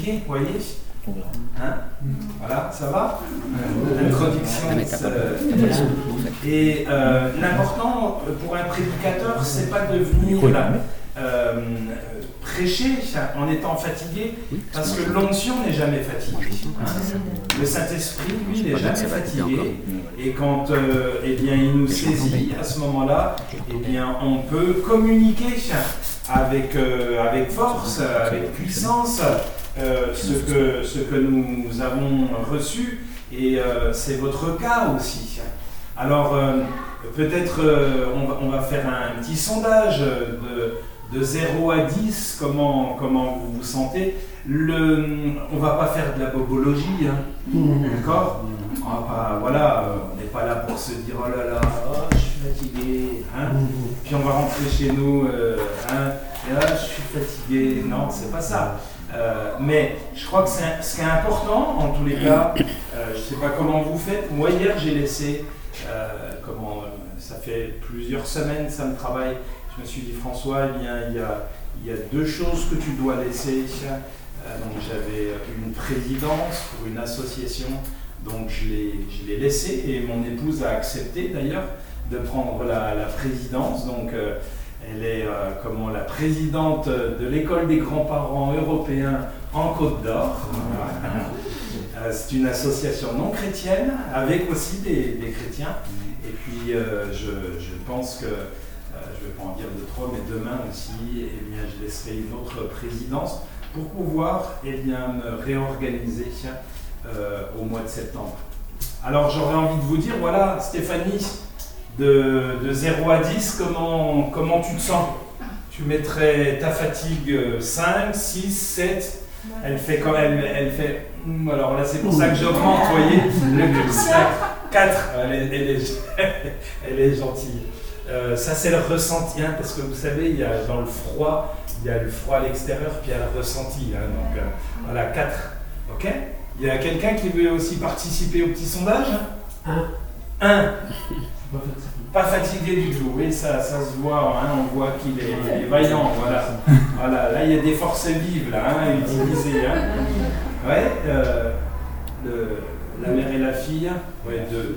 Vous voyez hein? Voilà, ça va? L'introduction. Et l'important pour un prédicateur, c'est pas de venir prêcher en étant fatigué, parce que l'onction n'est jamais fatiguée. Le Saint-Esprit, lui, n'est jamais fatigué. Et quand eh bien, il nous saisit à ce moment-là, eh bien, on peut communiquer avec force, avec puissance, ce que nous avons reçu, et c'est votre cas aussi. Alors, peut-être on va faire un petit sondage de 0 à 10, comment vous vous sentez. On va pas faire de la bobologie, hein. D'accord? On n'est pas là pour se dire oh là là, je suis fatigué, hein. Puis on va rentrer chez nous, et là je suis fatigué. Non, c'est pas ça. Mais je crois que ce qui est important, en tous les cas, je ne sais pas comment vous faites. Moi, hier, j'ai laissé, ça fait plusieurs semaines, ça me travaille. Je me suis dit, François, eh bien, il y a 2 choses que tu dois laisser. Donc, j'avais une présidence pour une association, donc je l'ai laissé, et mon épouse a accepté d'ailleurs de prendre la présidence. Donc, elle est la présidente de l'école des grands-parents européens en Côte d'Or. C'est une association non chrétienne, avec aussi des chrétiens. Et puis je pense que, je ne vais pas en dire de trop, mais demain aussi, eh bien, je laisserai une autre présidence pour pouvoir me réorganiser au mois de septembre. Alors j'aurais envie de vous dire, voilà, Stéphanie, de 0 à 10, comment tu te sens? Tu mettrais ta fatigue 5, 6, 7, elle fait quand même, alors là c'est pour ça que j'augmente, vous voyez, le curseur, 4, elle est gentille. Ça c'est le ressenti, hein, parce que vous savez, il y a dans le froid, il y a le froid à l'extérieur, puis il y a le ressenti, hein, donc voilà, 4, ok? Il y a quelqu'un qui veut aussi participer au petit sondage? 1. Pas fatigué du tout, oui, ça se voit, hein, on voit qu'il est vaillant, voilà. Voilà, là il y a des forces vives là, hein, utilisées. Hein. Ouais, la mère et la fille, ouais, 2.